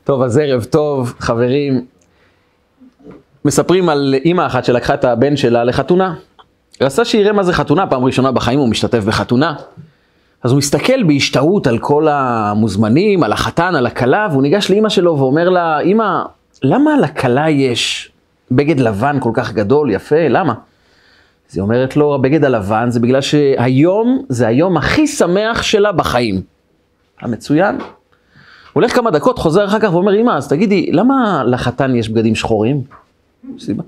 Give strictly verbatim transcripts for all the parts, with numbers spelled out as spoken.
טוב, אז ערב טוב, חברים. מספרים על אמא אחת שלקחה את הבן שלה לחתונה. רצה שיראה מה זה חתונה, פעם ראשונה בחיים הוא משתתף בחתונה. אז הוא מסתכל בהשתאות על כל המוזמנים, על החתן, על הכלה, והוא ניגש לאמא שלו ואומר לה, אמא, למה לכלה יש בגד לבן כל כך גדול, יפה, למה? אז היא אומרת לו, הבגד הלבן זה בגלל שהיום זה היום הכי שמח שלה בחיים. המצוין. הוא הולך כמה דקות, חוזר אחר כך ואומר, אמא, אז תגידי, למה לחתן יש בגדים שחורים? סיבה.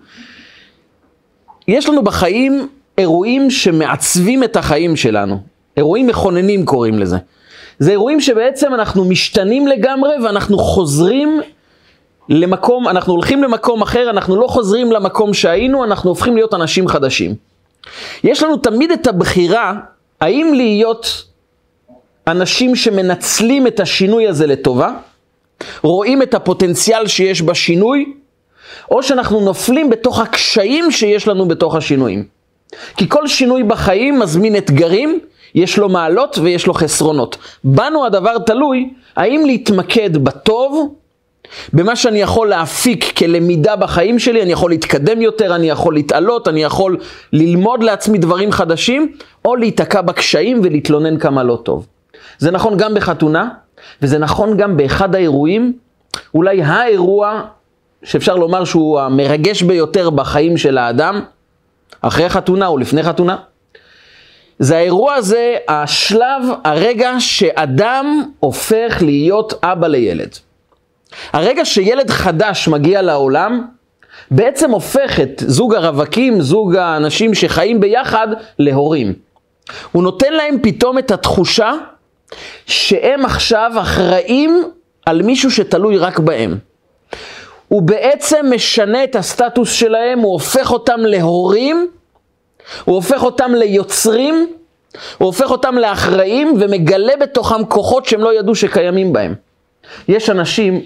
יש לנו בחיים אירועים שמעצבים את החיים שלנו. אירועים מכוננים קוראים לזה. זה אירועים שבעצם אנחנו משתנים לגמרי ואנחנו חוזרים למקום, אנחנו הולכים למקום אחר, אנחנו לא חוזרים למקום שהיינו, אנחנו הופכים להיות אנשים חדשים. יש לנו תמיד את הבחירה, האם להיות אנשים שמנצלים את השינוי הזה לטובה, רואים את הפוטנציאל שיש בשינוי, או שאנחנו נופלים בתוך הקשיים שיש לנו בתוך השינויים. כי כל שינוי בחיים מזמין אתגרים, יש לו מעלות ויש לו חסרונות. בנו הדבר תלוי, האם להתמקד בטוב, במה שאני יכול להפיק כלמידה בחיים שלי, אני יכול להתקדם יותר, אני יכול להתעלות, אני יכול ללמוד לעצמי דברים חדשים, או להתעקע בקשיים ולהתלונן כמה לא טוב. זה נכון גם בחתונה, וזה נכון גם באחד האירועים, אולי האירוע שאפשר לומר שהוא המרגש ביותר בחיים של האדם, אחרי חתונה או לפני חתונה. זה האירוע הזה, השלב, הרגע שאדם הופך להיות אבא לילד. הרגע שילד חדש מגיע לעולם, בעצם הופך את זוג הרווקים, זוג האנשים שחיים ביחד, להורים. הוא נותן להם פתאום את התחושה שהם עכשיו אחראים על מישהו שתלוי רק בהם. הוא בעצם משנה את הסטטוס שלהם, הוא הופך אותם להורים, הוא הופך אותם ליוצרים, הוא הופך אותם לאחראים ומגלה בתוכם כוחות שהם לא ידעו שקיימים בהם. יש אנשים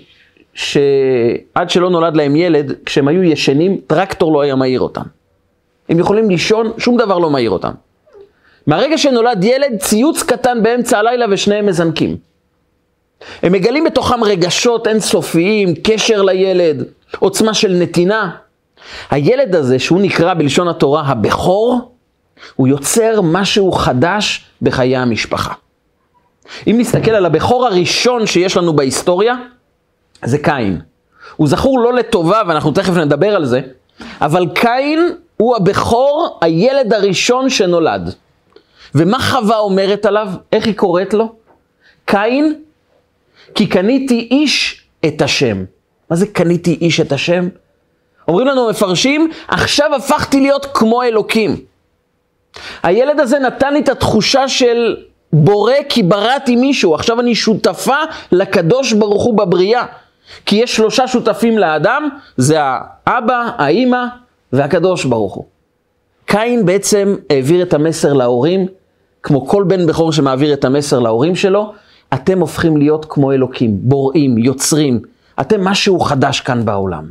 שעד שלא נולד להם ילד, כשהם היו ישנים, טרקטור לא היה מהיר אותם. הם יכולים לישון, שום דבר לא מהיר אותם. מהרגע שנולד ילד, ציוץ קטן באמצע הלילה ושניהם מזנקים. הם מגלים בתוכם רגשות אינסופיים, קשר לילד, עוצמה של נתינה. הילד הזה, שהוא נקרא בלשון התורה הבכור, הוא יוצר משהו חדש בחיי המשפחה. אם נסתכל על הבכור הראשון שיש לנו בהיסטוריה, זה קין. הוא זכור לא לטובה, ואנחנו תכף נדבר על זה, אבל קין הוא הבכור, הילד הראשון שנולד. ומה חווה אומרת עליו? איך היא קוראת לו? קין, כי קניתי איש את השם. מה זה קניתי איש את השם? אומרים לנו מפרשים, עכשיו הפכתי להיות כמו אלוקים. הילד הזה נתן לי את התחושה של בורא כי בראתי מישהו. עכשיו אני שותפה לקדוש ברוך הוא בבריאה. כי יש שלושה שותפים לאדם, זה האבא, האמא והקדוש ברוך הוא. קין בעצם העביר את המסר להורים, כמו כל בן בכור שמעביר את המסר להורים שלו, אתם הופכים להיות כמו אלוקים, בוראים, יוצרים. אתם משהו חדש כאן בעולם.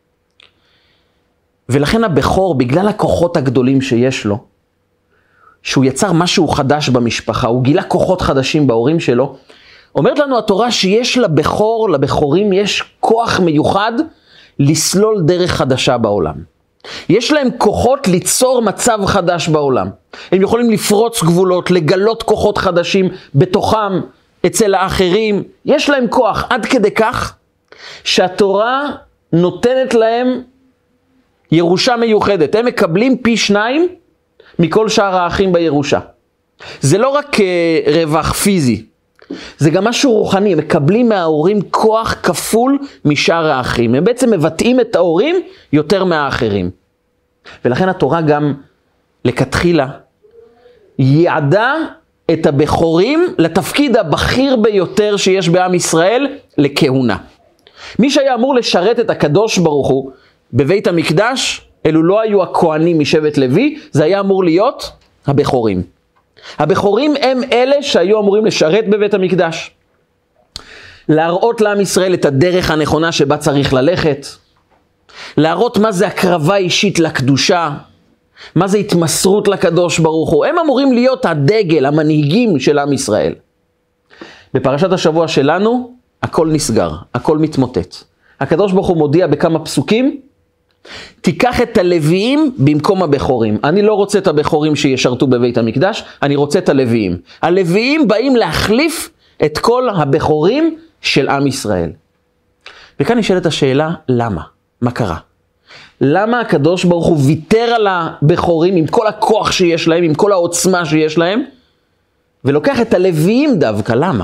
ולכן הבכור, בגלל הכוחות הגדולים שיש לו, שהוא יצר משהו חדש במשפחה, הוא גילה כוחות חדשים בהורים שלו, אומרת לנו התורה שיש לבכור, לבכורים יש כוח מיוחד לסלול דרך חדשה בעולם. יש להם כוחות ליצור מצב חדש בעולם. הם יכולים לפרוץ גבולות, לגלות כוחות חדשים בתוכם, אצל האחרים. יש להם כוח עד כדי כך שהתורה נותנת להם ירושה מיוחדת. הם מקבלים פי שניים מכל שאר האחים בירושה. זה לא רק רווח פיזי, זה גם משהו רוחני. הם מקבלים מההורים כוח כפול משאר האחים. הם בעצם מבטאים את ההורים יותר מהאחרים. ולכן התורה גם לכתחילה יעדה את הבכורים לתפקיד הבכיר ביותר שיש בעם ישראל, לכהונה. מי שהיה אמור לשרת את הקדוש ברוך הוא בבית המקדש, אלו לא היו הכהנים משבט לוי, זה היה אמור להיות הבכורים. הבכורים הם אלה שהיו אמורים לשרת בבית המקדש. להראות לעם ישראל את הדרך הנכונה שבה צריך ללכת. להראות מה זה הקרבה אישית לקדושה. מה זה התמסרות לקדוש ברוך הוא. הם אמורים להיות הדגל, המנהיגים של עם ישראל. בפרשת השבוע שלנו, הכל נסגר, הכל מתמוטט. הקדוש ברוך הוא מודיע בכמה פסוקים, תיקח את הלוויים במקום הבכורים. אני לא רוצה את הבכורים שישרתו בבית המקדש, אני רוצה את הלוויים. הלוויים באים להחליף את כל הבכורים של עם ישראל. וכאן נשאלת השאלה, למה? מה קרה? למה הקדוש ברוך הוא ויתר על הבכורים עם כל הכוח שיש להם, עם כל העוצמה שיש להם, ולוקח את הלוויים דווקא? למה?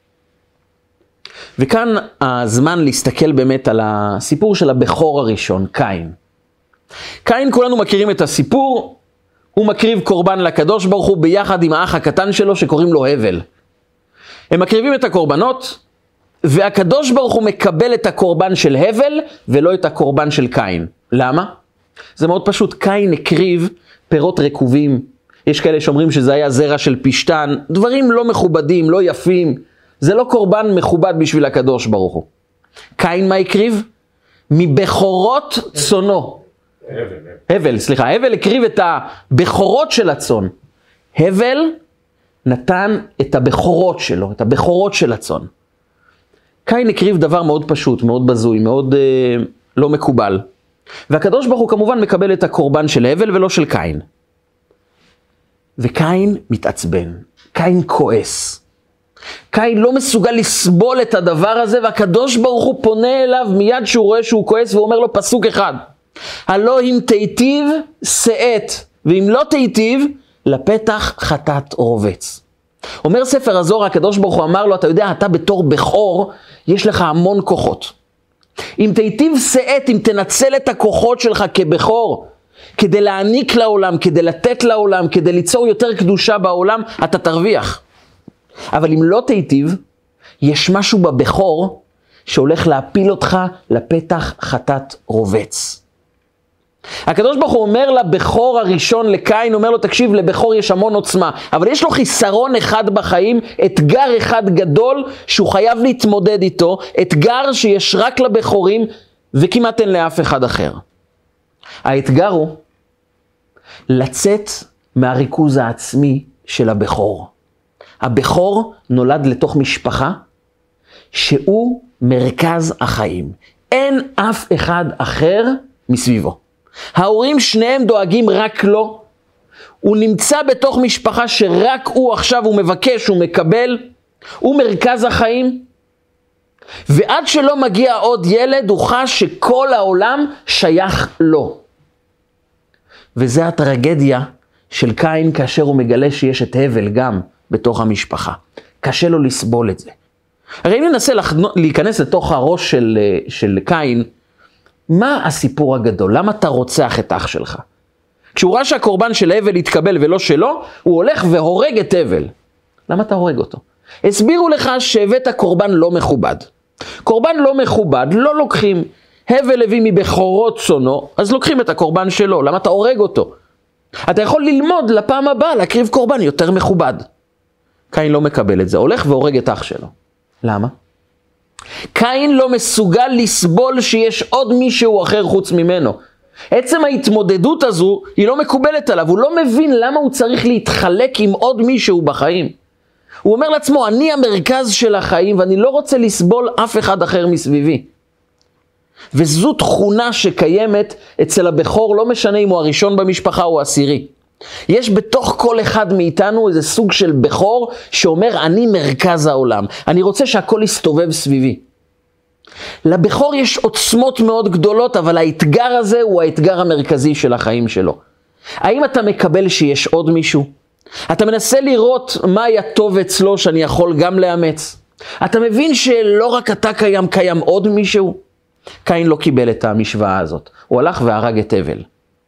וכאן הזמן להסתכל באמת על הסיפור של הבכור הראשון, קין. קין, כולנו מכירים את הסיפור, הוא מקריב קורבן לקדוש ברוך הוא ביחד עם האח הקטן שלו שקוראים לו הבל. הם מקריבים את הקורבנות, והקדוש ברוך הוא מקבל את הקורבן של הבל ולא את הקורבן של קין. למה? זה מאוד פשוט, קין הקריב פירות רקובים, יש כאלה שאומרים שזה היה זרע של פשטן, דברים לא מכובדים, לא יפים, זה לא קורבן מכובד בשביל הקדוש ברוך הוא. קין מה הקריב? מבכורות צונו. הבל, הבל, סליחה, הבל הקריב את הבכורות של הצון. הבל נתן את הבכורות שלו, את הבכורות של הצון. קין הקריב דבר מאוד פשוט, מאוד בזוי, מאוד אה, לא מקובל. והקדוש ברוך הוא כמובן מקבל את הקורבן של הבל ולא של קין. וקין מתעצבן, קין כועס. קין לא מסוגל לסבול את הדבר הזה, והקדוש ברוך הוא פונה אליו מיד שהוא רואה שהוא כועס, ואומר לו פסוק אחד, הלא אם תיטיב שאת, ואם לא תיטיב, לפתח חטאת רובץ. אומר ספר הזוהר, הקדוש ברוך הוא אמר לו, אתה יודע, אתה בתור בכור, יש לך המון כוחות. אם תיטיב שאת, אם תנצל את הכוחות שלך כבכור, כדי להעניק לעולם, כדי לתת לעולם, כדי ליצור יותר קדושה בעולם, אתה תרוויח. אבל אם לא תיטיב, יש משהו בבכור שהולך להפיל אותך לפתח חטאת רובץ. הקדוש ברוך הוא אומר לבכור הראשון לקין, אומר לו תקשיב, לבכור יש המון עוצמה, אבל יש לו חיסרון אחד בחיים, אתגר אחד גדול שהוא חייב להתמודד איתו, אתגר שיש רק לבכורים וכמעט אין לאף אחד אחר. האתגר הוא לצאת מהריכוז העצמי של הבכור. הבכור נולד לתוך משפחה שהוא מרכז החיים. אין אף אחד אחר מסביבו. ההורים שניהם דואגים רק לו. הוא נמצא בתוך משפחה שרק הוא עכשיו הוא מבקש, הוא מקבל. הוא מרכז החיים. ועד שלא מגיע עוד ילד, הוא חש שכל העולם שייך לו. וזה הטרגדיה של קין כאשר הוא מגלה שיש את הבל גם בתוך המשפחה. קשה לו לסבול את זה. הרי אם ננסה להיכנס לתוך הראש של, של קין, מה הסיפור הגדול? למה אתה רוצח את אח שלך? כשהוא ראה שהקורבן של הבל יתקבל ולא שלו, הוא הולך והורג את הבל. למה אתה הורג אותו? הסבירו לך שהבאת קורבן לא מכובד. קורבן לא מכובד, לא לוקחים. הבל הביא מבכורות צונו, אז לוקחים את הקורבן שלו. למה אתה הורג אותו? אתה יכול ללמוד לפעם הבאה להקריב קורבן יותר מכובד. קין לא מקבל את זה, הולך והורג את אח שלו. למה? קין לא מסוגל לסבול שיש עוד מישהו אחר חוץ ממנו. עצם ההתמודדות הזו היא לא מקובלת עליו, הוא לא מבין למה הוא צריך להתחלק עם עוד מישהו בחיים. הוא אומר לעצמו, אני המרכז של החיים ואני לא רוצה לסבול אף אחד אחר מסביבי. וזו תכונה שקיימת אצל הבכור, לא משנה אם הוא הראשון במשפחה או העשירי. יש בתוך כל אחד מאיתנו איזה סוג של בכור שאומר, אני מרכז העולם. אני רוצה שהכל יסתובב סביבי. לבכור יש עוצמות מאוד גדולות, אבל האתגר הזה הוא האתגר המרכזי של החיים שלו. האם אתה מקבל שיש עוד מישהו? אתה מנסה לראות מה היה טוב אצלו שאני יכול גם לאמץ. אתה מבין שלא רק אתה קיים, קיים עוד מישהו? קין לא קיבל את המשוואה הזאת. הוא הלך והרג את הבל.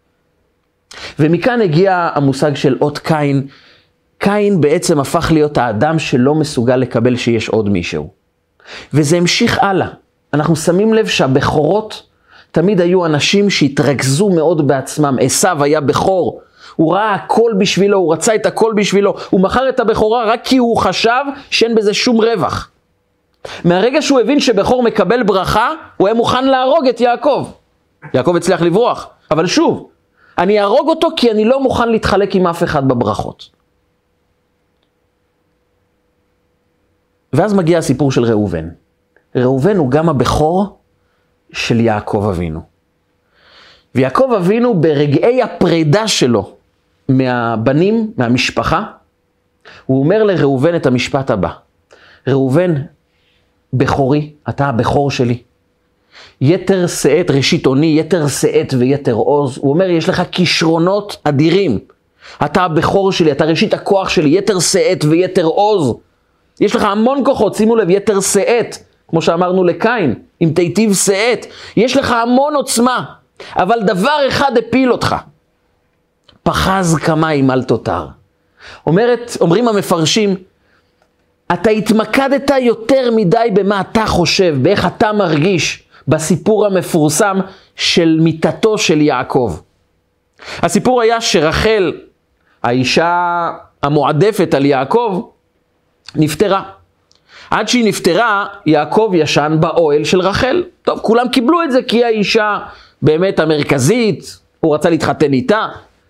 ומכאן הגיע המושג של אות קין. קין בעצם הפך להיות האדם שלא מסוגל לקבל שיש עוד מישהו. וזה המשיך הלאה. אנחנו שמים לב שהבכורות תמיד היו אנשים שהתרכזו מאוד בעצמם. עשיו היה בכור. הוא ראה הכל בשבילו, הוא רצה את הכל בשבילו. הוא מכר את הבכורה רק כי הוא חשב שאין בזה שום רווח. מהרגע שהוא הבין שבכור מקבל ברכה, הוא היה מוכן להרוג את יעקב. יעקב הצליח לברוח. אבל שוב, אני אהרוג אותו כי אני לא מוכן להתחלק עם אף אחד בברכות. ואז מגיע הסיפור של ראובן. ראובן הוא גם הבכור של יעקב אבינו. ויעקב אבינו ברגעי הפרידה שלו מהבנים, מהמשפחה, הוא אומר לראובן את המשפט הבא. ראובן, בכורי, אתה הבכור שלי. יתר שאת, ראשית עוני, יתר שאת ויתר עוז. הוא אומר, יש לך כישרונות אדירים. אתה הבכור שלי, אתה ראשית הכוח שלי, יתר שאת ויתר עוז. יש לך המון כוחות, שימו לב, יתר שאת, כמו שאמרנו לקין, עם תיטיב שאת. יש לך המון עוצמה, אבל דבר אחד הפיל אותך. פחז כמים אל תותר. אומרת, אומרים המפרשים, אתה התמקדת יותר מדי במה אתה חושב, באיך אתה מרגיש, בסיפור המפורסם של מיתתו של יעקב. הסיפור היה שרחל, האישה המועדפת על יעקב, נפטרה. עד שהיא נפטרה, יעקב ישן באוהל של רחל. טוב, כולם קיבלו את זה כי האישה באמת המרכזית, הוא רצה להתחתן איתה.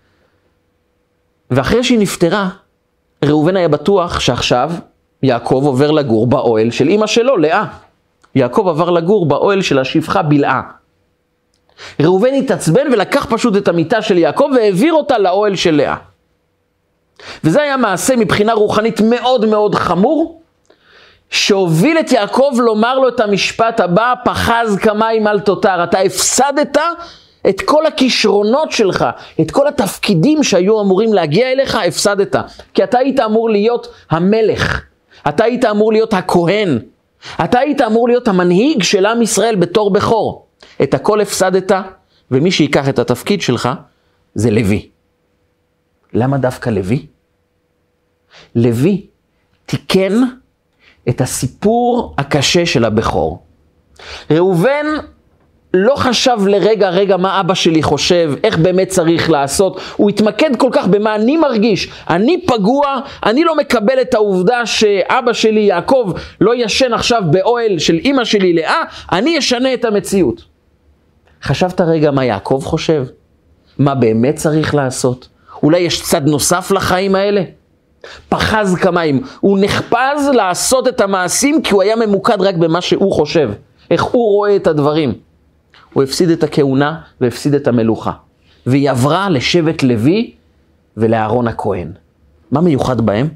ואחרי שהיא נפטרה, ראובן היה בטוח שעכשיו יעקב עובר לגור באוהל של אמא שלו, לאה. יעקב עבר לגור באוהל של השפחה בלעה. ראובן התעצבן ולקח פשוט את המיטה של יעקב והעביר אותה לאוהל של לאה. וזה היה מעשה מבחינה רוחנית מאוד מאוד חמור, שהוביל את יעקב לומר לו את המשפט הבא, פחז כמים אל תותר. אתה הפסדת את כל הכישרונות שלך, את כל התפקידים שהיו אמורים להגיע אליך, הפסדת. כי אתה היית אמור להיות המלך, אתה היית אמור להיות הכהן, אתה היית אמור להיות המנהיג של עם ישראל בתור בכור. את הכל הפסדת, ומי שיקח את התפקיד שלך זה לוי. למה דווקא לוי? לוי תיקן את הסיפור הקשה של הבכור. ראובן לא חשב לרגע, רגע מה אבא שלי חושב, איך באמת צריך לעשות. הוא התמקד כל כך במה אני מרגיש. אני פגוע, אני לא מקבל את העובדה שאבא שלי יעקב לא ישן עכשיו באוהל של אמא שלי לאה, אני אשנה את המציאות. חשבת רגע מה יעקב חושב? מה באמת צריך לעשות? אולי יש צד נוסף לחיים האלה? פחז כמים, הוא נחפז לעשות את המעשים כי הוא היה ממוקד רק במה שהוא חושב, איך הוא רואה את הדברים. הוא הפסיד את הכהונה והפסיד את המלוכה, והיא עברה לשבט לוי ולאהרון הכהן. מה מיוחד בהם?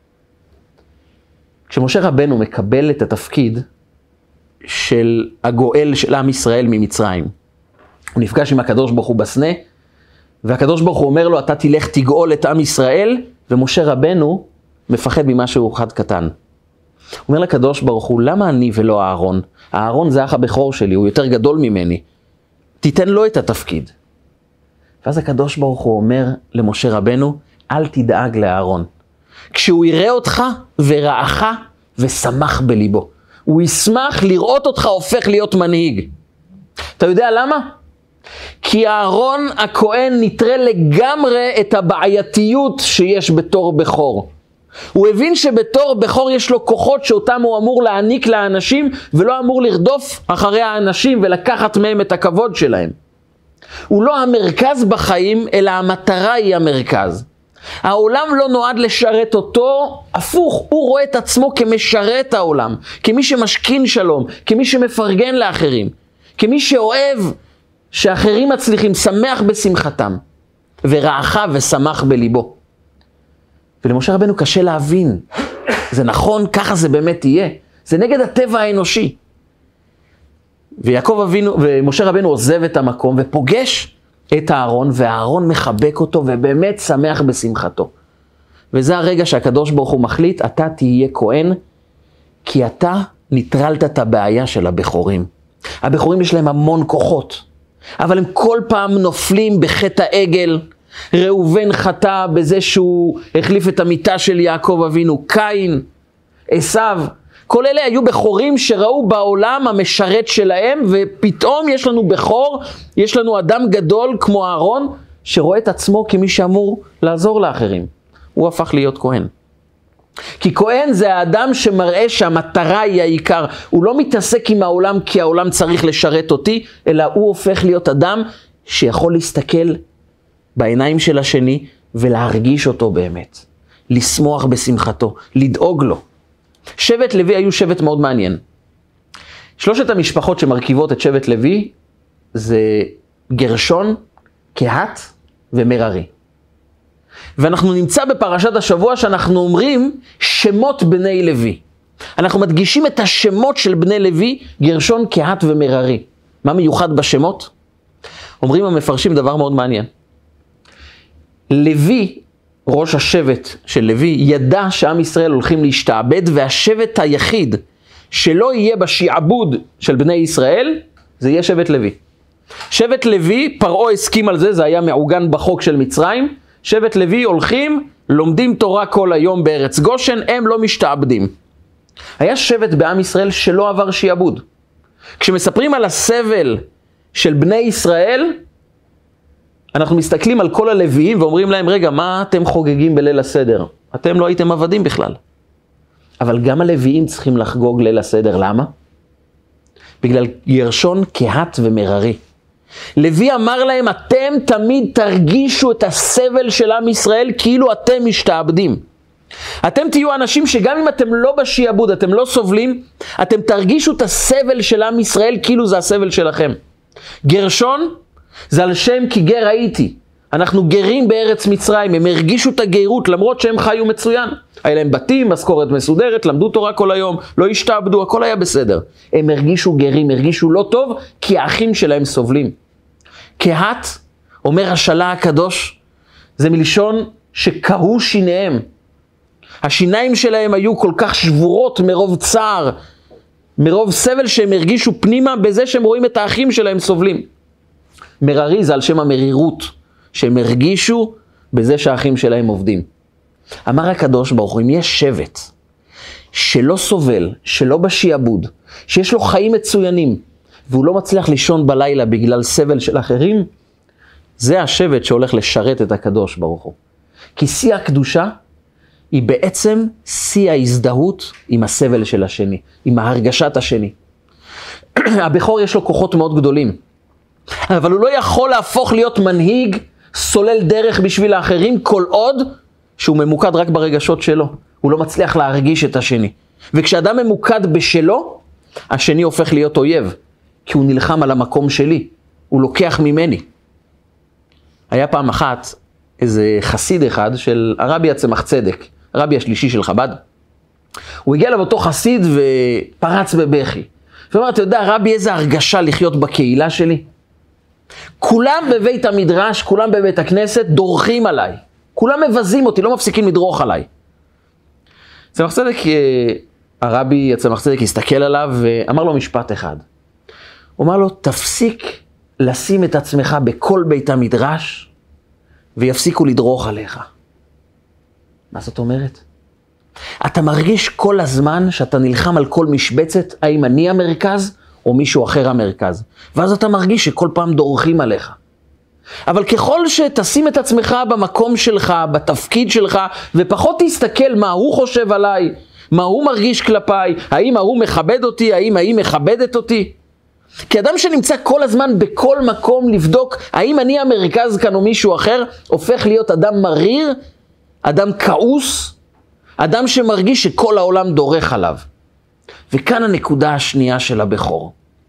כשמשה רבנו מקבל את התפקיד של הגואל של עם ישראל ממצרים, הוא נפגש עם הקדוש ברוך הוא בסנה, והקדוש ברוך הוא אומר לו, אתה תלך תגאול את עם ישראל, ומשה רבנו מפחד ממשהו אחד קטן. הוא אומר לקדוש ברוך הוא, למה אני ולא אהרון? אהרון זה אח הבכור שלי, הוא יותר גדול ממני. תיתן לו את התפקיד. ואז הקדוש ברוך הוא אומר למשה רבנו, אל תדאג לאהרון. כשהוא יראה אותך ורעך ושמח בליבו. הוא ישמח לראות אותך הופך להיות מנהיג. אתה יודע למה? כי אהרון הכהן נטרל לגמרי את הבעייתיות שיש בתור בכור. הוא הבין שבתור בכור יש לו כוחות שאותם הוא אמור להעניק לאנשים, ולא אמור לרדוף אחרי האנשים ולקחת מהם את הכבוד שלהם. הוא לא המרכז בחיים, אלא המטרה היא המרכז. העולם לא נועד לשרת אותו, הפוך, הוא רואה את עצמו כמשרת העולם, כמי שמשכין שלום, כמי שמפרגן לאחרים, כמי שאוהב שאחרים מצליחים, שמח בשמחתם, ורעך ושמח בליבו. ולמשה רבנו קשה להבין, זה נכון, ככה זה באמת יהיה, זה נגד הטבע האנושי. ויעקב אבינו, ומשה רבנו עוזב את המקום ופוגש את אהרון, והאהרון מחבק אותו ובאמת שמח בשמחתו. וזה הרגע שהקדוש ברוך הוא מחליט, אתה תהיה כהן, כי אתה ניטרלת את הבעיה של הבכורים. הבכורים יש להם המון כוחות, אבל הם כל פעם נופלים בחטא העגל. ראובן חטא בזה שהוא החליף את המיטה של יעקב אבינו, קין, עשיו, כל אלה היו בכורים שראו בעולם המשרת שלהם, ופתאום יש לנו בכור, יש לנו אדם גדול כמו אהרון, שרואה את עצמו כמי שאמור לעזור לאחרים. הוא הפך להיות כהן. כי כהן זה האדם שמראה שהמטרה היא העיקר. הוא לא מתעסק עם העולם כי העולם צריך לשרת אותי, אלא הוא הופך להיות אדם שיכול להסתכל בעיניים של השני ולהרגיש אותו באמת. לשמוח בשמחתו, לדאוג לו. שבט לוי היו שבט מאוד מעניין. שלושת המשפחות שמרכיבות את שבט לוי זה גרשון, קהת ומררי. ואנחנו נמצא בפרשת השבוע שאנחנו אומרים שמות בני לוי. אנחנו מדגישים את השמות של בני לוי, גרשון, קהת ומררי. מה מיוחד בשמות? אומרים המפרשים דבר מאוד מעניין. לוי, ראש השבט של לוי, ידע שעם ישראל הולכים להשתעבד, והשבט היחיד שלא יהיה בשיעבוד של בני ישראל, זה יהיה שבט לוי. שבט לוי, פרעה הסכים על זה, זה היה מעוגן בחוק של מצרים. שבט לוי הולכים, לומדים תורה כל היום בארץ גושן, הם לא משתעבדים. היה שבט בעם ישראל שלא עבר שיעבוד. כשמספרים על הסבל של בני ישראל, אנחנו מסתכלים על כל הלוויים ואומרים להם, רגע, מה אתם חוגגים בליל הסדר? אתם לא הייתם עבדים בכלל. אבל גם הלוויים צריכים לחגוג ליל הסדר. למה? בגלל גרשון, קהת ומררי. לוי אמר להם, אתם תמיד תרגישו את הסבל של עם ישראל כאילו אתם משתעבדים. אתם תהיו אנשים שגם אם אתם לא בשיעבוד, אתם לא סובלים, אתם תרגישו את הסבל של עם ישראל כאילו זה הסבל שלכם. גרשון זה על שם כי גר הייתי. אנחנו גרים בארץ מצרים, הם הרגישו את הגרות למרות שהם חיו מצוין. היה להם בתים, משכורת מסודרת, למדו תורה כל היום, לא השתעבדו, הכל היה בסדר. הם הרגישו גרים, הרגישו לא טוב כי האחים שלהם סובלים. קהת, אומר השלה הקדוש, זה מלשון שקהו שיניהם. השיניים שלהם היו כל כך שבורות מרוב צער, מרוב סבל שהם הרגישו פנימה בזה שהם רואים את האחים שלהם סובלים. מררי זה על שם המרירות, שהם הרגישו בזה שהאחים שלהם עובדים. אמר הקדוש ברוך הוא, אם יש שבט שלא סובל, שלא בשיעבוד, שיש לו חיים מצוינים, והוא לא מצליח לישון בלילה בגלל סבל של אחרים, זה השבט שהולך לשרת את הקדוש ברוך הוא. כי שיא הקדושה היא בעצם שיא ההזדהות עם הסבל של השני, עם ההרגשת השני. הבכור יש לו כוחות מאוד גדולים, אבל הוא לא יכול להפוך להיות מנהיג, סולל דרך בשביל האחרים, כל עוד שהוא ממוקד רק ברגשות שלו. הוא לא מצליח להרגיש את השני. וכשאדם ממוקד בשלו, השני הופך להיות אויב, כי הוא נלחם על המקום שלי, הוא לוקח ממני. היה פעם אחת איזה חסיד אחד של הרבי הצמח צדק, הרבי השלישי של חב"ד. הוא הגיע אליו אותו חסיד ופרץ בבכי. ואומר, אתה יודע רבי, איזה הרגשה לחיות בקהילה שלי? כולם בבית המדרש, כולם בבית הכנסת דורכים עליי. כולם מבזים אותי, לא מפסיקים לדרוך עליי. צמח צדק, הרבי הצמח צדק הסתכל עליו ואמר לו משפט אחד. הוא אמר לו, תפסיק לשים את עצמך בכל בית המדרש ויפסיקו לדרוך עליך. מה זאת אומרת? אתה מרגיש כל הזמן שאתה נלחם על כל משבצת, האם אני המרכז או מישהו אחר המרכז. ואז אתה מרגיש שכל פעם דורכים עליך. אבל ככל שתשים את עצמך במקום שלך, בתפקיד שלך, ופחות תסתכל מה הוא חושב עליי, מה הוא מרגיש כלפיי, האם הוא מכבד אותי, האם היא מכבדת אותי. כי אדם שנמצא כל הזמן בכל מקום לבדוק, האם אני המרכז כאן או מישהו אחר, הופך להיות אדם מריר, אדם כעוס, אדם שמרגיש שכל העולם דורך עליו. וכאן הנקודה השנייה של הבכור.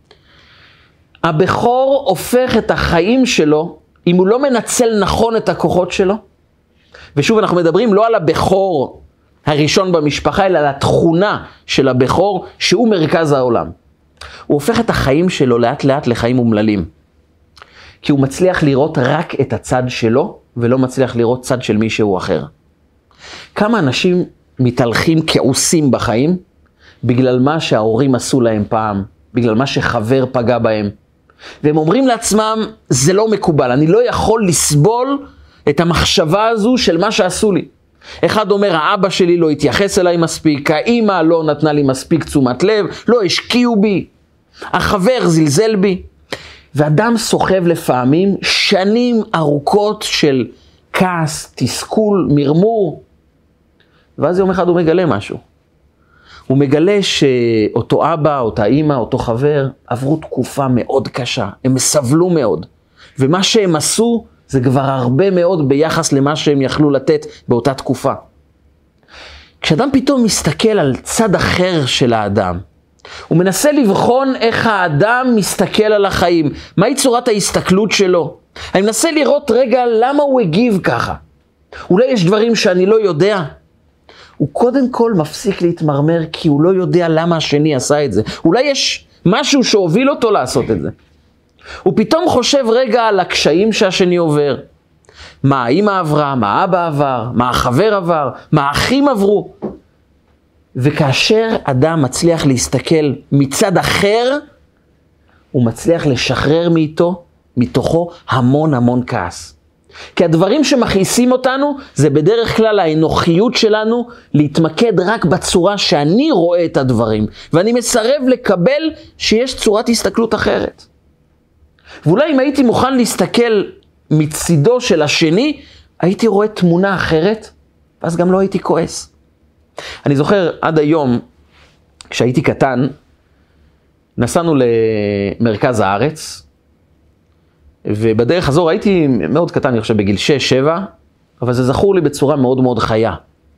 הבכור הופך את החיים שלו, אם הוא לא מנצל נכון את הכוחות שלו, ושוב אנחנו מדברים לא על הבכור הראשון במשפחה, אלא על התכונה של הבכור שהוא מרכז העולם. הוא הופך את החיים שלו לאט לאט לחיים אומללים. כי הוא מצליח לראות רק את הצד שלו, ולא מצליח לראות צד של מישהו אחר. כמה אנשים מתהלכים כעוסים בחיים, בגלל מה שההורים עשו להם פעם, בגלל מה שחבר פגע בהם. והם אומרים לעצמם, זה לא מקובל, אני לא יכול לסבול את המחשבה הזו של מה שעשו לי. אחד אומר, האבא שלי לא התייחס אליי מספיק, האמא לא נתנה לי מספיק תשומת לב, לא השקיעו בי, החבר זלזל בי. ואדם סוחב לפעמים שנים ארוכות של כעס, תסכול, מרמור. ואז יום אחד הוא מגלה משהו. הוא מגלה שאותו אבא, אותה אמא, אותו חבר, עברו תקופה מאוד קשה. הם סבלו מאוד. ומה שהם עשו זה כבר הרבה מאוד ביחס למה שהם יכלו לתת באותה תקופה. כשאדם פתאום מסתכל על צד אחר של האדם, הוא מנסה לבחון איך האדם מסתכל על החיים. מהי צורת ההסתכלות שלו? אני מנסה לראות רגע למה הוא הגיב ככה. אולי יש דברים שאני לא יודע. הוא קודם כל מפסיק להתמרמר כי הוא לא יודע למה השני עשה את זה. אולי יש משהו שהוביל אותו לעשות את זה. הוא פתאום חושב רגע על הקשיים שהשני עובר. מה האמא עברה, מה האבא עבר, מה החבר עבר, מה האחים עברו. וכאשר אדם מצליח להסתכל מצד אחר, הוא מצליח לשחרר מאיתו, מתוכו המון המון כעס. כי הדברים שמכעיסים אותנו, זה בדרך כלל האנוכיות שלנו להתמקד רק בצורה שאני רואה את הדברים. ואני מסרב לקבל שיש צורת הסתכלות אחרת. ואולי אם הייתי מוכן להסתכל מצידו של השני, הייתי רואה תמונה אחרת, ואז גם לא הייתי כועס. אני זוכר עד היום, כשהייתי קטן, נסענו למרכז הארץ, ובדרך הזו הייתי מאוד קטן, אני חושב בגיל שש שבע, אבל זה זכור לי בצורה מאוד מאוד חיה.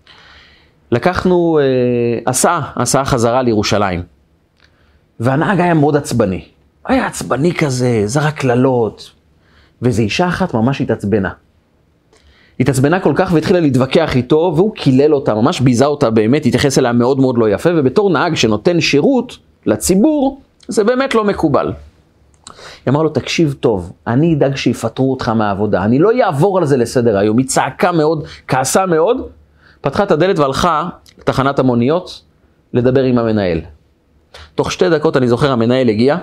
לקחנו אה, הסעה, הסעה חזרה לירושלים, והנהג היה מאוד עצבני. היה עצבני כזה, זרק קללות, וזו אישה אחת ממש התעצבנה. התעצבנה כל כך והתחילה להתווכח איתו, והוא קילל אותה, ממש ביזה אותה באמת, התייחס אליה מאוד מאוד לא יפה, ובתור נהג שנותן שירות לציבור, זה באמת לא מקובל. היא אמרה לו, תקשיב טוב, אני אדאג שיפטרו אותך מהעבודה, אני לא יעבור על זה לסדר היום. היא צעקה מאוד, כעסה מאוד, פתחה את הדלת והלכה לתחנת המוניות לדבר עם המנהל. תוך שתי דקות אני זוכר, המנהל הגיע,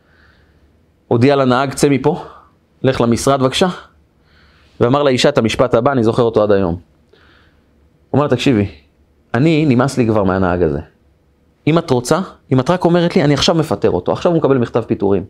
הודיע לנהג, צא מפה, לך למשרד בבקשה, ואמר לאישה את המשפט הבא, אני זוכר אותו עד היום. הוא אומר, תקשיבי, אני נמאס לי כבר מהנהג הזה. אם את רוצה, אם את רק אומרת לי, אני עכשיו מפטר אותו, עכשיו הוא מקבל מכתב פיטורים.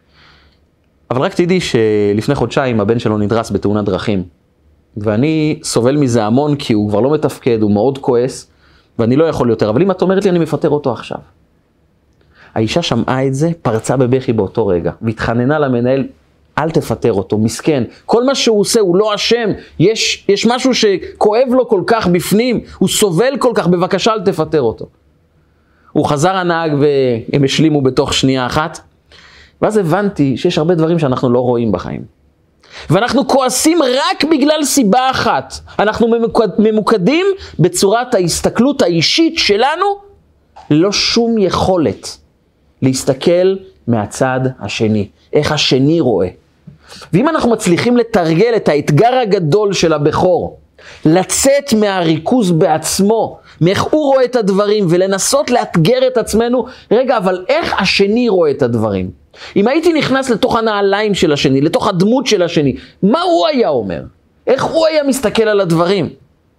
אבל רק תדעי שלפני חודשיים הבן שלו נדרס בתאונת דרכים, ואני סובל מזה המון כי הוא כבר לא מתפקד, הוא מאוד כועס, ואני לא יכול יותר, אבל אם את אומרת לי, אני מפטר אותו עכשיו. האישה שמעה את זה, פרצה בבכי באותו רגע, והתחננה למנהל, אל תפטר אותו, מסכן. כל מה שהוא עושה, הוא לא אשם. יש, יש משהו שכואב לו כל כך בפנים, הוא סובל כל כך, בבקשה אל תפטר אותו. הוא חזר הנהג והם השלימו בתוך שנייה אחת, ואז הבנתי שיש הרבה דברים שאנחנו לא רואים בחיים. ואנחנו כועסים רק בגלל סיבה אחת. אנחנו ממוקד, ממוקדים בצורת ההסתכלות האישית שלנו, לא שום יכולת להסתכל מהצד השני. איך השני רואה. ואם אנחנו מצליחים לתרגל את האתגר הגדול של הבכור, לצאת מהריכוז בעצמו, מאיך הוא רואה את הדברים, ולנסות לאתגר את עצמנו, רגע, אבל איך השני רואה את הדברים? אם הייתי נכנס לתוך הנעליים של השני, לתוך הדמות של השני, מה הוא היה אומר? איך הוא היה מסתכל על הדברים?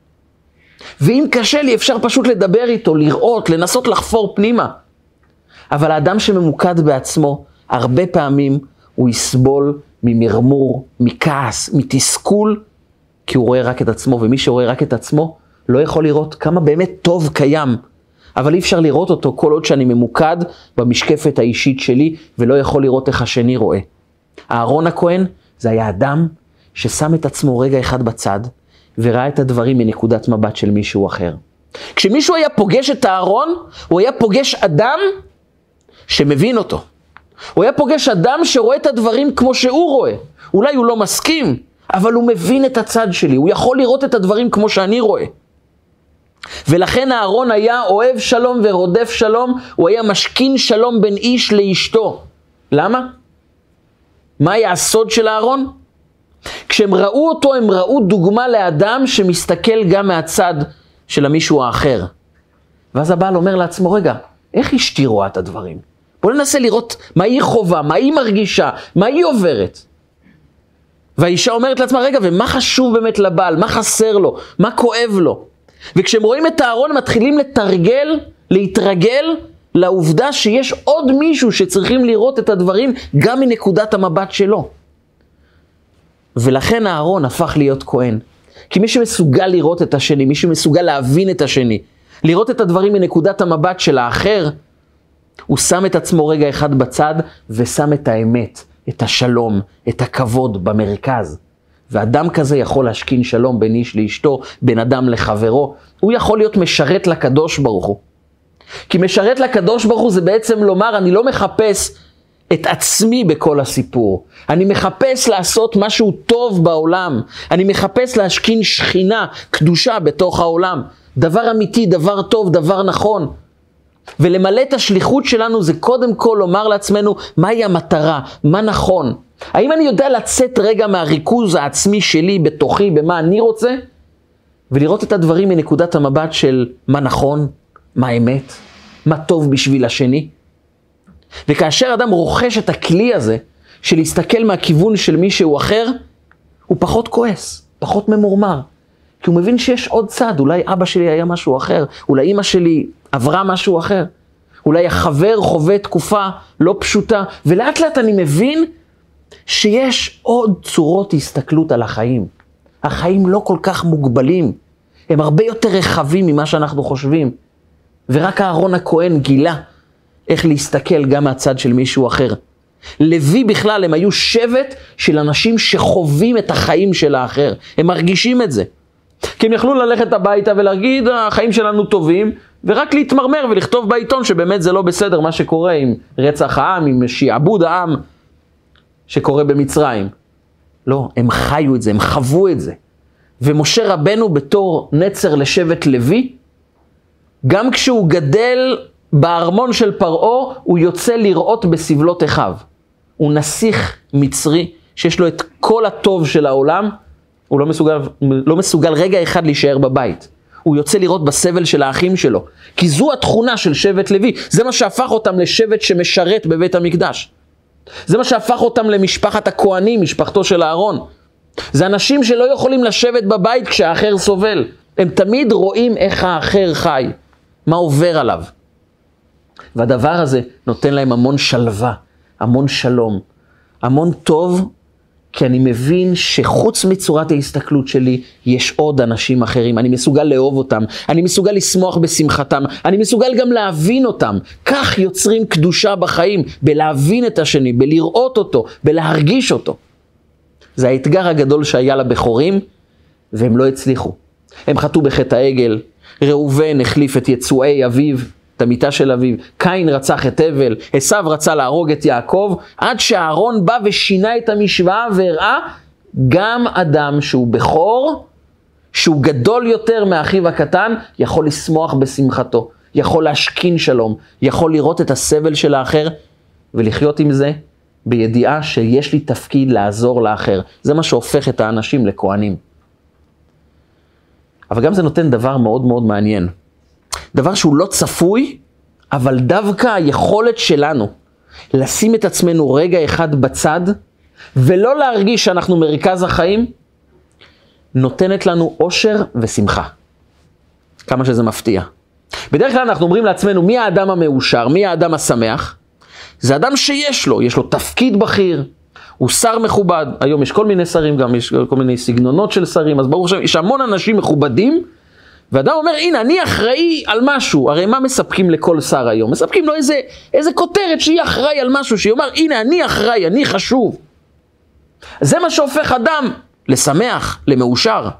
ואם קשה לי, אפשר פשוט לדבר איתו, לראות, לנסות לחפור פנימה. אבל האדם שממוקד בעצמו, הרבה פעמים הוא יסבול ממרמור, מכעס, מתסכול, כי הוא רואה רק את עצמו, ומי שרואה רק את עצמו לא יכול לראות כמה באמת טוב קיים, אבל אי אפשר לראות אותו כל עוד שאני ממוקד במשקפת האישית שלי, ולא יכול לראות איך השני רואה. אהרון הכהן זה היה אדם ששם את עצמו רגע אחד בצד, וראה את הדברים מנקודת מבט של מישהו אחר. כשמישהו היה פוגש את אהרון, הוא היה פוגש אדם שמבין אותו. הוא היה פוגש אדם שרואה את הדברים כמו שהוא רואה. אולי הוא לא מסכים, אבל הוא מבין את הצד שלי. הוא יכול לראות את הדברים כמו שאני רואה. ולכן אהרון היה אוהב שלום ורודף שלום. הוא היה משכין שלום בין איש לאשתו. למה? מה היה הסוד של אהרון? כשהם ראו אותו, הם ראו דוגמה לאדם שמסתכל גם מהצד של המישהו האחר. ואז הבעל אומר לעצמו, רגע, איך אשתי רואה את הדברים? בואו ננסה לראות מה היא חובה, מה היא מרגישה, מה היא עוברת. והאישה אומרת לעצמה, רגע, ומה חשוב באמת לבעל? מה חסר לו? מה כואב לו? וכשהם רואים את אהרון, מתחילים לתרגל, להתרגל לעובדה שיש עוד מישהו שצריכים לראות את הדברים גם מנקודת המבט שלו. ולכן אהרון הפך להיות כהן. כי מי שמסוגל לראות את השני, מי שמסוגל להבין את השני, לראות את הדברים מנקודת המבט של האחר, הוא שם את עצמו רגע אחד בצד, ושם את האמת, את השלום, את הכבוד במרכז. ואדם כזה יכול להשכין שלום בין איש לאשתו, בין אדם לחברו. הוא יכול להיות משרת לקדוש ברוך הוא. כי משרת לקדוש ברוך הוא זה בעצם לומר, אני לא מחפש את עצמי בכל הסיפור. אני מחפש לעשות משהו טוב בעולם. אני מחפש להשכין שכינה, קדושה בתוך העולם. דבר אמיתי, דבר טוב, דבר נכון. ולמלא את השליחות שלנו זה קודם כל לומר לעצמנו, מהי המטרה, מה נכון. האם אני יודע לצאת רגע מהריכוז העצמי שלי בתוכי, במה אני רוצה, ולראות את הדברים מנקודת המבט של מה נכון, מה אמת, מה טוב בשביל השני. וכאשר אדם רוכש את הכלי הזה, של להסתכל מהכיוון של מישהו אחר, הוא פחות כועס, פחות ממורמר. כי הוא מבין שיש עוד צד, אולי אבא שלי היה משהו אחר, אולי אמא שלי עברה משהו אחר, אולי החבר חווה תקופה לא פשוטה, ולאט לאט אני מבין שיש עוד צורות הסתכלות על החיים. החיים לא כל כך מוגבלים, הם הרבה יותר רחבים ממה שאנחנו חושבים, ורק אהרון הכהן גילה איך להסתכל גם מהצד של מישהו אחר. לוי בכלל הם היו שבט של אנשים שחווים את החיים של האחר, הם מרגישים את זה. כי הם יכלו ללכת הביתה ולהגיד, החיים שלנו טובים, ורק להתמרמר ולכתוב בעיתון שבאמת זה לא בסדר מה שקורה עם רצח העם, עם שיעבוד העם שקורה במצרים. לא, הם חיו את זה, הם חוו את זה. ומשה רבנו בתור נצר לשבט לוי, גם כשהוא גדל בארמון של פרעה, הוא יוצא לראות בסבלות אחיו. הוא נסיך מצרי שיש לו את כל הטוב של העולם, הוא לא מסוגל, לא מסוגל רגע אחד להישאר בבית. הוא יוצא לראות בסבל של האחים שלו. כי זו התכונה של שבט לוי. זה מה שהפך אותם לשבט שמשרת בבית המקדש. זה מה שהפך אותם למשפחת הכהנים, משפחתו של אהרון. זה אנשים שלא יכולים לשבת בבית כשהאחר סובל. הם תמיד רואים איך האחר חי, מה עובר עליו. והדבר הזה נותן להם המון שלווה, המון שלום, המון טוב, כי אני מבין שחוץ מצורת ההסתכלות שלי, יש עוד אנשים אחרים. אני מסוגל לאהוב אותם, אני מסוגל לשמוח בשמחתם, אני מסוגל גם להבין אותם. כך יוצרים קדושה בחיים, בלהבין את השני, בלראות אותו, בלהרגיש אותו. זה האתגר הגדול שהיה לבחורים, והם לא הצליחו. הם חטאו בחטא העגל, ראובן החליף את יצואי אביו, את המיטה של אביו, קין רצח את הבל, עשיו רצה להרוג את יעקב, עד שאהרון בא ושינה את המשוואה והראה גם אדם שהוא בכור, שהוא גדול יותר מאחיו הקטן, יכול לשמוח בשמחתו, יכול להשכין שלום, יכול לראות את הסבל של האחר ולחיות עם זה בידיעה שיש לי תפקיד לעזור לאחר. זה מה שהופך את האנשים לכהנים. אבל גם זה נותן דבר מאוד מאוד מעניין. דבר שהוא לא צפוי, אבל דווקא היכולת שלנו לשים את עצמנו רגע אחד בצד, ולא להרגיש שאנחנו מרכז החיים, נותנת לנו אושר ושמחה. כמה שזה מפתיע. בדרך כלל אנחנו אומרים לעצמנו, מי האדם המאושר, מי האדם השמח? זה אדם שיש לו, יש לו תפקיד בכיר, הוא שר מכובד. היום יש כל מיני שרים, גם יש כל מיני סגנונות של שרים, אז ברור שיש המון אנשים מכובדים, ואדם אומר, הנה, אני אחראי על משהו. הרי מה מספקים לכל שר היום? מספקים לו איזה, איזה כותרת שהיא אחראי על משהו, שהיא אומר, הנה, אני אחראי, אני חשוב. זה מה שהופך אדם לשמח, למאושר.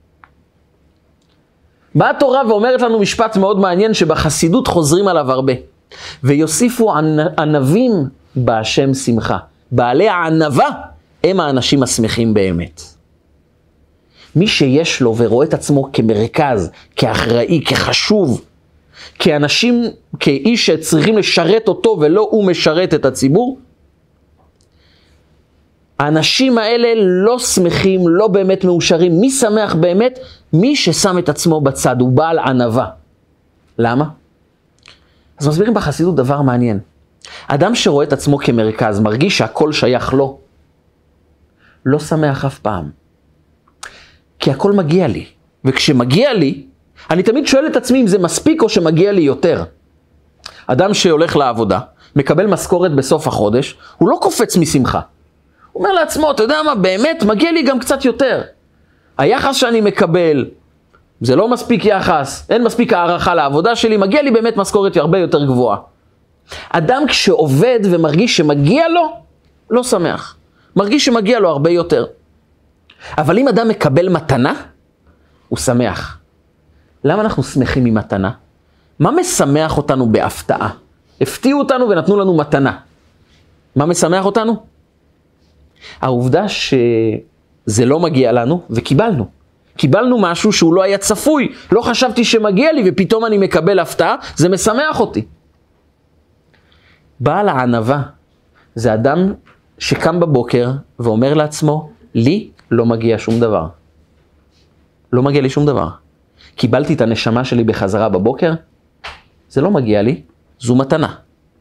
באה התורה ואומרת לנו משפט מאוד מעניין, שבחסידות חוזרים עליו הרבה. ויוסיפו ענבים בהשם שמחה. בעלי הענבה הם האנשים השמחים באמת. מי שיש לו ורואה את עצמו כמרכז, כאחראי, כחשוב, כאנשים, כאיש שצריכים לשרת אותו ולא הוא משרת את הציבור, האנשים האלה לא שמחים, לא באמת מאושרים. מי שמח באמת? מי ששם את עצמו בצד, הוא בעל ענבה. למה? אז מסבירים בחסידות דבר מעניין. אדם שרואה את עצמו כמרכז, מרגיש שהכל שייך לו, לא שמח אף פעם. כי הכל מגיע לי. וכשמגיע לי, אני תמיד שואל את עצמי אם זה מספיק או שמגיע לי יותר. אדם שהולך לעבודה, מקבל משכורת בסוף החודש, הוא לא קופץ משמחה. הוא אומר לעצמו, אתה יודע מה, באמת מגיע לי גם קצת יותר. היחס שאני מקבל, זה לא מספיק יחס, אין מספיק הערכה לעבודה שלי, מגיע לי באמת משכורת הרבה יותר גבוהה. אדם כשעובד ומרגיש שמגיע לו, לא שמח. מרגיש שמגיע לו הרבה יותר. אבל אם אדם מקבל מתנה, הוא שמח. למה אנחנו שמחים ממתנה? מה משמח אותנו בהפתעה? הפתיעו אותנו ונתנו לנו מתנה. מה משמח אותנו? העובדה שזה לא מגיע לנו וקיבלנו. קיבלנו משהו שהוא לא היה צפוי, לא חשבתי שמגיע לי ופתאום אני מקבל הפתעה, זה משמח אותי. בעל הענווה זה אדם שקם בבוקר ואומר לעצמו, לי לא מגיע שום דבר. לא מגיע לי שום דבר. קיבלתי את הנשמה שלי בחזרה בבוקר, זה לא מגיע לי, זו מתנה.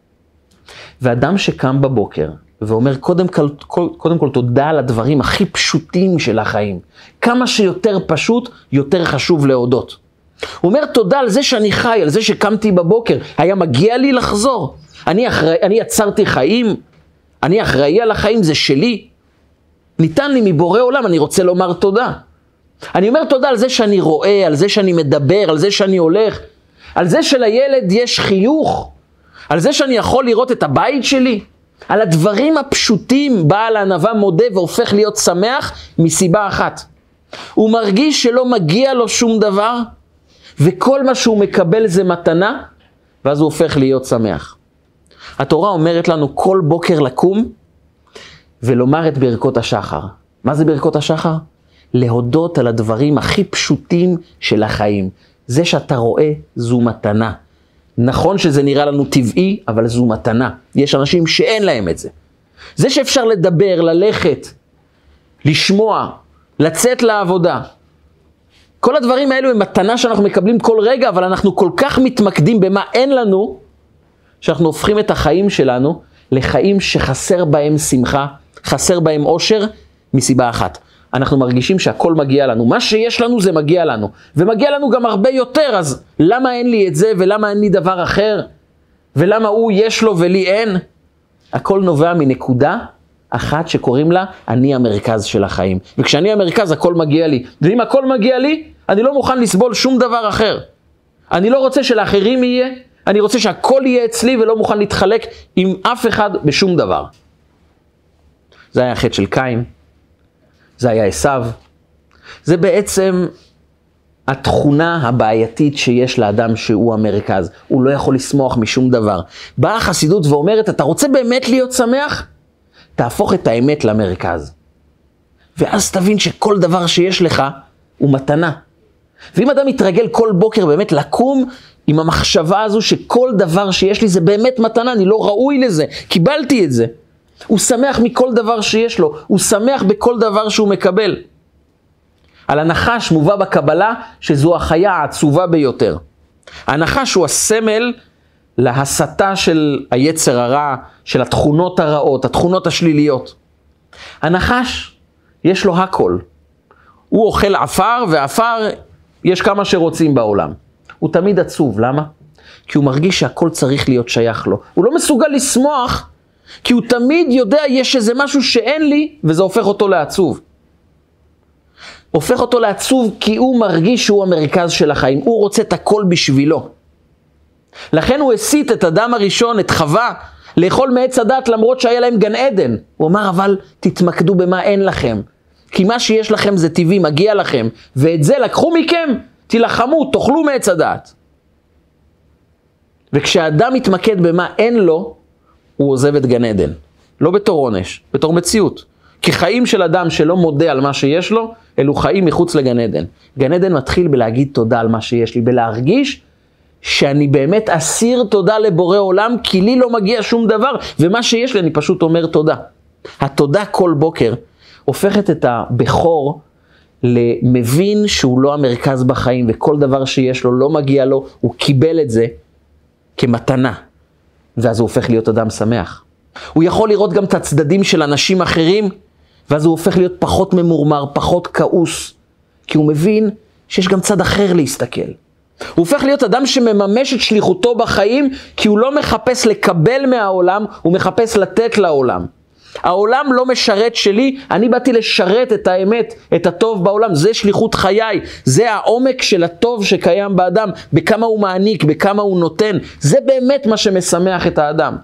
ואדם שקם בבוקר ואומר, קודם כל, קודם כל תודה על הדברים הכי פשוטים של החיים. כמה שיותר פשוט, יותר חשוב להודות. הוא אומר תודה על זה שאני חי, על זה שקמתי בבוקר. היה מגיע לי לחזור. אני, אחראי, אני יצרתי חיים, אני אחראי על החיים, זה שלי. ניתן לי מבורא עולם, אני רוצה לומר תודה. אני אומר תודה על זה שאני רואה, על זה שאני מדבר, על זה שאני הולך, על זה שלילד יש חיוך, על זה שאני יכול לראות את הבית שלי. על הדברים הפשוטים בעל הענווה מודה והופך להיות שמח מסיבה אחת. הוא מרגיש שלא מגיע לו שום דבר, וכל מה שהוא מקבל זה מתנה, ואז הוא הופך להיות שמח. התורה אומרת לנו כל בוקר לקום ולומר את ברכות השחר. מה זה ברכות השחר? להודות על הדברים הכי פשוטים של החיים. זה שאתה רואה זו מתנה. נכון שזה נראה לנו טבעי, אבל זו מתנה. יש אנשים שאין להם את זה. זה שאפשר לדבר, ללכת, לשמוע, לצאת לעבודה. כל הדברים האלו הם מתנה שאנחנו מקבלים כל רגע, אבל אנחנו כל כך מתמקדים במה אין לנו, שאנחנו הופכים את החיים שלנו לחיים שחסר בהם שמחה, חסר בהם אושר, מסיבה אחת. אנחנו מרגישים שהכל מגיע לנו. מה שיש לנו זה מגיע לנו. ומגיע לנו גם הרבה יותר, אז למה אין לי את זה ולמה אין לי דבר אחר? ולמה הוא יש לו ולי אין? הכל נובע מנקודה אחת שקוראים לה אני המרכז של החיים. וכשאני המרכז הכל מגיע לי. ואם הכל מגיע לי, אני לא מוכן לסבול שום דבר אחר. אני לא רוצה שלאחרים יהיה, אני רוצה שהכל יהיה אצלי ולא מוכן להתחלק עם אף אחד בשום דבר. זה היה החטא של קין. זה היה עשיו. זה בעצם התכונה הבעייתית שיש לאדם שהוא המרכז. הוא לא יכול לשמוח משום דבר. באה החסידות ואומרת, אתה רוצה באמת להיות שמח? תהפוך את האמת למרכז. ואז תבין שכל דבר שיש לך הוא מתנה. ואם אדם מתרגל כל בוקר באמת לקום עם המחשבה הזו שכל דבר שיש לי זה באמת מתנה, אני לא ראוי לזה, קיבלתי את זה. הוא שמח מכל דבר שיש לו, הוא שמח בכל דבר שהוא מקבל. על הנחש מובא בקבלה שזו החיה העצובה ביותר. הנחש הוא הסמל להסתה של היצר הרע, של התכונות הרעות, התכונות השליליות. הנחש יש לו הכל. הוא אוכל עפר, ועפר יש כמה שרוצים בעולם. הוא תמיד עצוב, למה? כי הוא מרגיש שהכל צריך להיות שייך לו. הוא לא מסוגל לשמוח, כי הוא תמיד יודע יש איזה משהו שאין לי, וזה הופך אותו לעצוב. הופך אותו לעצוב כי הוא מרגיש שהוא המרכז של החיים. הוא רוצה את הכל בשבילו. לכן הוא הסית את אדם הראשון, את חווה, לאכול מעץ הדת למרות שהיה להם גן עדן. הוא אמר, אבל תתמקדו במה אין לכם. כי מה שיש לכם זה טבעי, מגיע לכם. ואת זה לקחו מכם, תילחמו, תאכלו מעץ הדת. וכשאדם מתמקד במה אין לו, הוא עוזב את גן עדן. לא בתור עונש, בתור מציאות. כי חיים של אדם שלא מודה על מה שיש לו, אלו חיים מחוץ לגן עדן. גן עדן מתחיל בלהגיד תודה על מה שיש לי, בלהרגיש שאני באמת אסיר תודה לבורא עולם, כי לי לא מגיע שום דבר, ומה שיש לי אני פשוט אומר תודה. התודה כל בוקר הופכת את הבכור למבין שהוא לא המרכז בחיים, וכל דבר שיש לו לא מגיע לו, הוא קיבל את זה כמתנה, ואז הוא הופך להיות אדם שמח. הוא יכול לראות גם את הצדדים של אנשים אחרים, ואז הוא הופך להיות פחות ממורמר, פחות כעוס, כי הוא מבין שיש גם צד אחר להסתכל. הוא הופך להיות אדם שמממש את שליחותו בחיים, כי הוא לא מחפש לקבל מהעולם, הוא מחפש לתת לעולם. העולם לא משרת שלי, אני באתי לשרת את האמת, את הטוב בעולם, זה שליחות חיי, זה העומק של הטוב שקיים באדם, בכמה הוא מעניק, בכמה הוא נותן, זה באמת מה שמשמח את האדם.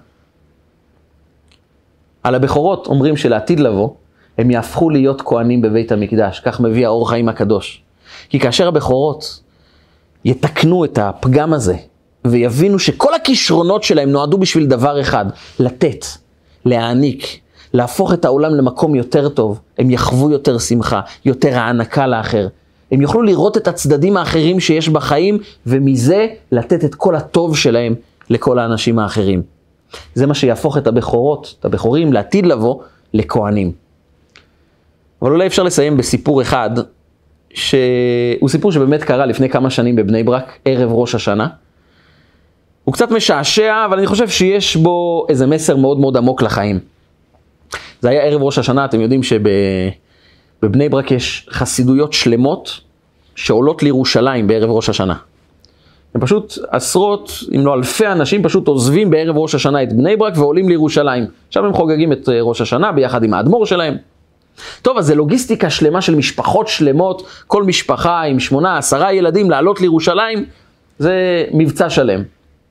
על הבכורות אומרים שלעתיד לבוא, הם יהפכו להיות כהנים בבית המקדש, כך מביא האור חיים הקדוש. כי כאשר הבכורות יתקנו את הפגם הזה, ויבינו שכל הכישרונות שלהם נועדו בשביל דבר אחד, לתת, להעניק, להפוך את העולם למקום יותר טוב, הם יחוו יותר שמחה, יותר הענקה לאחר. הם יוכלו לראות את הצדדים האחרים שיש בחיים, ומזה לתת את כל הטוב שלהם לכל האנשים האחרים. זה מה שיהפוך את הבכורות, את הבכורים לעתיד לבוא, לכהנים. אבל אולי אפשר לסיים בסיפור אחד, שהוא סיפור שבאמת קרה לפני כמה שנים בבני ברק, ערב ראש השנה. הוא קצת משעשע, אבל אני חושב שיש בו איזה מסר מאוד מאוד עמוק לחיים. זה היה ערב ראש השנה, אתם יודעים שבבני ברק יש חסידויות שלמות שעולות לירושלים בערב ראש השנה. הם פשוט עשרות, אם לא אלפי אנשים, פשוט עוזבים בערב ראש השנה את בני ברק ועולים לירושלים. עכשיו הם חוגגים את ראש השנה ביחד עם האדמו"ר שלהם. טוב, אז זה לוגיסטיקה שלמה של משפחות שלמות, כל משפחה עם שמונה, עשרה ילדים לעלות לירושלים, זה מבצע שלם.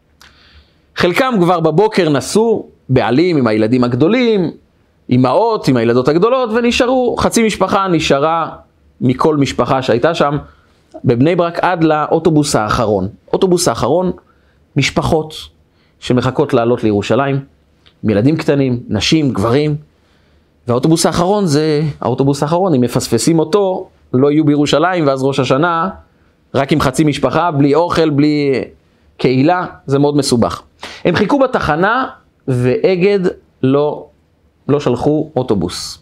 חלקם כבר בבוקר נסעו, בעלים עם הילדים הגדולים, אמהות עם הילדות הגדולות, ונשארו, חצי משפחה נשארה מכל משפחה שהייתה שם, בבני ברק עד לאוטובוס האחרון. אוטובוס האחרון, משפחות שמחכות לעלות לירושלים, ילדים קטנים, נשים, גברים, והאוטובוס האחרון זה האוטובוס האחרון, אם מפספסים אותו, לא יהיו בירושלים, ואז ראש השנה, רק עם חצי משפחה, בלי אוכל, בלי קהילה, זה מאוד מסובך. הם חיכו בתחנה, ואגד לא, לא שלחו אוטובוס.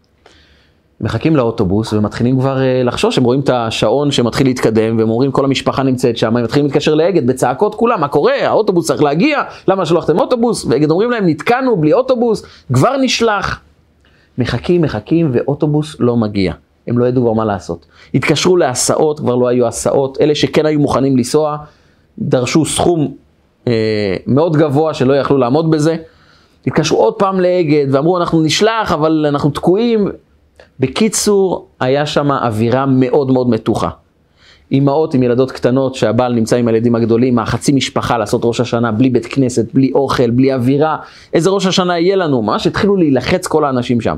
מחכים לאוטובוס, ומתחילים כבר לחשוש, הם רואים את השעון שמתחיל להתקדם, והם אומרים כל המשפחה נמצאת שם, הם מתחילים להתקשר לאגד, בצעקות כולם, מה קורה? האוטובוס צריך להגיע, למה שלחתם אוטובוס? ואגד אומרים להם, נתקענו בלי אוטובוס, כבר נשלח. מחכים, מחכים, ואוטובוס לא מגיע. הם לא ידעו כבר מה לעשות. התקשרו להסעות, כבר לא היו הסעות, אלה שכן היו מוכנים לנסוע, דרשו סכום אה, מאוד גבוה שלא יכלו לעמוד בזה. התקשרו עוד פעם לאגד, ואמרו, אנחנו נשלח, אבל אנחנו תקועים. בקיצור, היה שם אווירה מאוד מאוד מתוחה. אמהות עם ילדות קטנות, שהבעל נמצא עם הילדים הגדולים, החצי משפחה לעשות ראש השנה, בלי בית כנסת, בלי אוכל, בלי אווירה. איזה ראש השנה יהיה לנו? ממש התחילו להילחץ כל האנשים שם.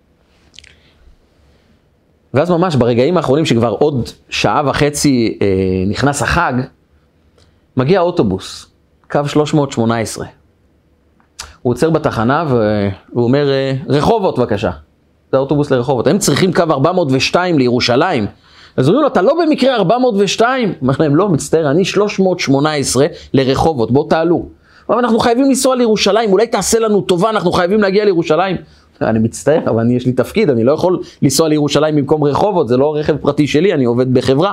ואז ממש ברגעים האחרונים, שכבר עוד שעה וחצי אה, נכנס החג, מגיע אוטובוס, קו שלוש מאות שמונה עשרה. הוא עוצר בתחנה והוא אומר, רחובות בבקשה. זה האוטובוס לרחובות. הם צריכים קו ארבע מאות ושתיים לירושלים. אז אומרים לו, אתה לא במקרה ארבע מאות ושתיים? אומר להם, לא, מצטער, אני שלוש מאות שמונה עשרה לרחובות, בואו תעלו. אבל אנחנו חייבים לנסוע לירושלים, אולי תעשה לנו טובה, אנחנו חייבים להגיע לירושלים. אני מצטער, אבל אני, יש לי תפקיד, אני לא יכול לנסוע לירושלים במקום רחובות, זה לא רכב פרטי שלי, אני עובד בחברה.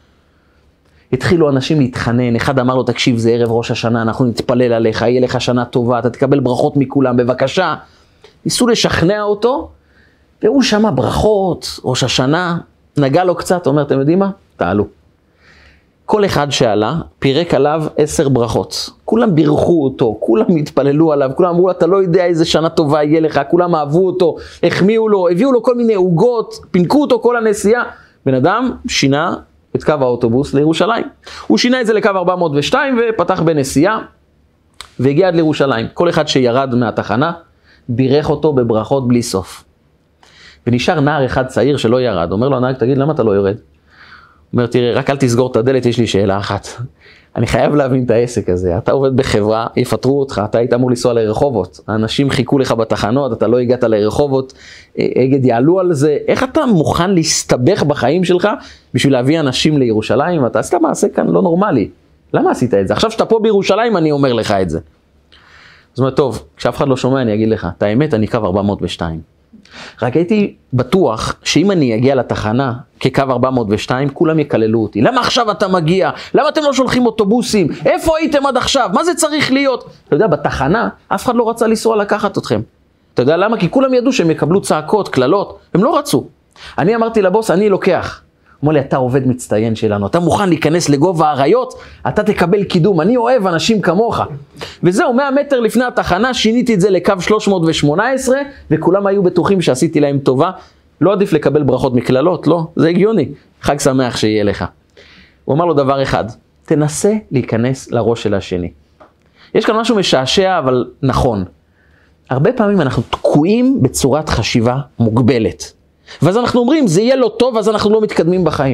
התחילו אנשים להתחנן, אחד אמר לו, תקשיב, זה ערב ראש השנה, אנחנו נתפלל עליך, יהיה לך שנה טובה, אתה תקבל ברכות מכולם, בבקשה. ניסו לשכנע אותו, והוא שמע ברכות, ראש השנה, נגע לו קצת, אומר, אתם יודעים מה? תעלו. כל אחד שעלה, פירק עליו עשר ברכות. כולם בירכו אותו, כולם התפללו עליו, כולם אמרו לו, אתה לא יודע איזה שנה טובה יהיה לך, כולם אהבו אותו, החמיאו לו, הביאו לו כל מיני עוגות, פינקו אותו כל הנסיעה. בן אדם שינה את קו האוטובוס לירושלים. הוא שינה את זה לקו ארבע מאות ושתיים ופתח בנסיעה, והגיע עד לירושלים. כל אחד שירד מהתחנה, בירך אותו בברכות בלי סוף. ונשאר נער אחד צעיר שלא ירד. אומר לו הנהג, תגיד, למה אתה לא יורד? אומר, תראה, רק אל תסגור את הדלת, יש לי שאלה אחת. אני חייב להבין את העסק הזה. אתה עובד בחברה, יפטרו אותך, אתה היית אמור לנסוע לרחובות. האנשים חיכו לך בתחנות, אתה לא הגעת לרחובות, אגד יעלו על זה. איך אתה מוכן להסתבך בחיים שלך בשביל להביא אנשים לירושלים? אתה עשית מעשה כאן לא נורמלי. למה עשית את זה? עכשיו שאתה פה בירושלים, אני אומר לך את זה. זאת אומרת, טוב, כשאף אחד לא שומע, אני אגיד לך, את האמת, אני קו ארבע מאות ושתיים. רק הייתי בטוח שאם אני אגיע לתחנה כקו ארבע מאות ושתיים, כולם יקללו אותי. למה עכשיו אתה מגיע? למה אתם לא שולחים אוטובוסים? איפה הייתם עד עכשיו? מה זה צריך להיות? אתה יודע, בתחנה אף אחד לא רצה לנסוע לקחת אתכם. אתה יודע למה? כי כולם ידעו שהם יקבלו צעקות, קללות. הם לא רצו. אני אמרתי לבוס, אני לוקח. הוא אומר לי, אתה עובד מצטיין שלנו, אתה מוכן להיכנס לגובה האריות, אתה תקבל קידום, אני אוהב אנשים כמוך. וזהו, מאה מטר לפני התחנה, שיניתי את זה לקו שלוש מאות ושמונה עשרה, וכולם היו בטוחים שעשיתי להם טובה. לא עדיף לקבל ברכות מקללות, לא, זה הגיוני. חג שמח שיהיה לך. הוא אמר לו דבר אחד, תנסה להיכנס לראש של השני. יש כאן משהו משעשע, אבל נכון. הרבה פעמים אנחנו תקועים בצורת חשיבה מוגבלת. ואז אנחנו אומרים, זה יהיה לא טוב, אז אנחנו לא מתקדמים בחיים.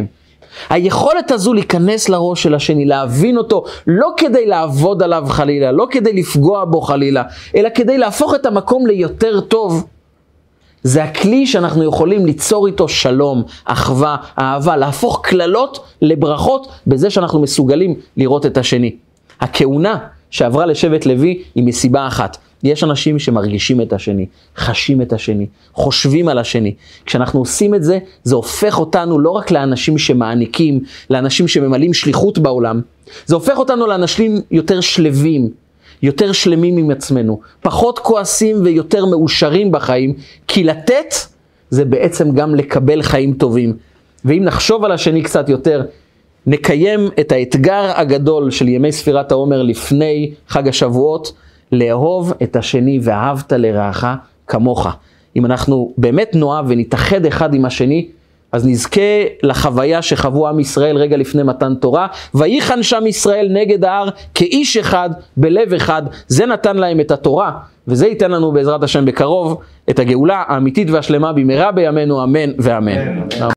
היכולת הזו להיכנס לראש של השני, להבין אותו, לא כדי לעבוד עליו חלילה, לא כדי לפגוע בו חלילה, אלא כדי להפוך את המקום ליותר טוב, זה הכלי שאנחנו יכולים ליצור איתו שלום, אחווה, אהבה, להפוך כללות לברכות בזה שאנחנו מסוגלים לראות את השני. הכהונה שעברה לשבט לוי היא מסיבה אחת. יש אנשים שמרגישים את השני, חשים את השני, חושבים על השני. כשאנחנו עושים את זה, זה הופך אותנו לא רק לאנשים שמעניקים, לאנשים שממלאים שליחות בעולם, זה הופך אותנו לאנשים יותר שלווים, יותר שלמים עם עצמנו, פחות כועסים ויותר מאושרים בחיים, כי לתת זה בעצם גם לקבל חיים טובים. ואם נחשוב על השני קצת יותר, נקיים את האתגר הגדול של ימי ספירת העומר לפני חג השבועות, לאהוב את השני ואהבת לרעך כמוך. אם אנחנו באמת נאהב ונתאחד אחד עם השני, אז נזכה לחוויה שחוו עם ישראל רגע לפני מתן תורה, ויחן שם ישראל נגד ההר כאיש אחד בלב אחד. זה נתן להם את התורה, וזה ייתן לנו בעזרת השם בקרוב את הגאולה האמיתית והשלמה במהרה בימינו, אמן ואמן.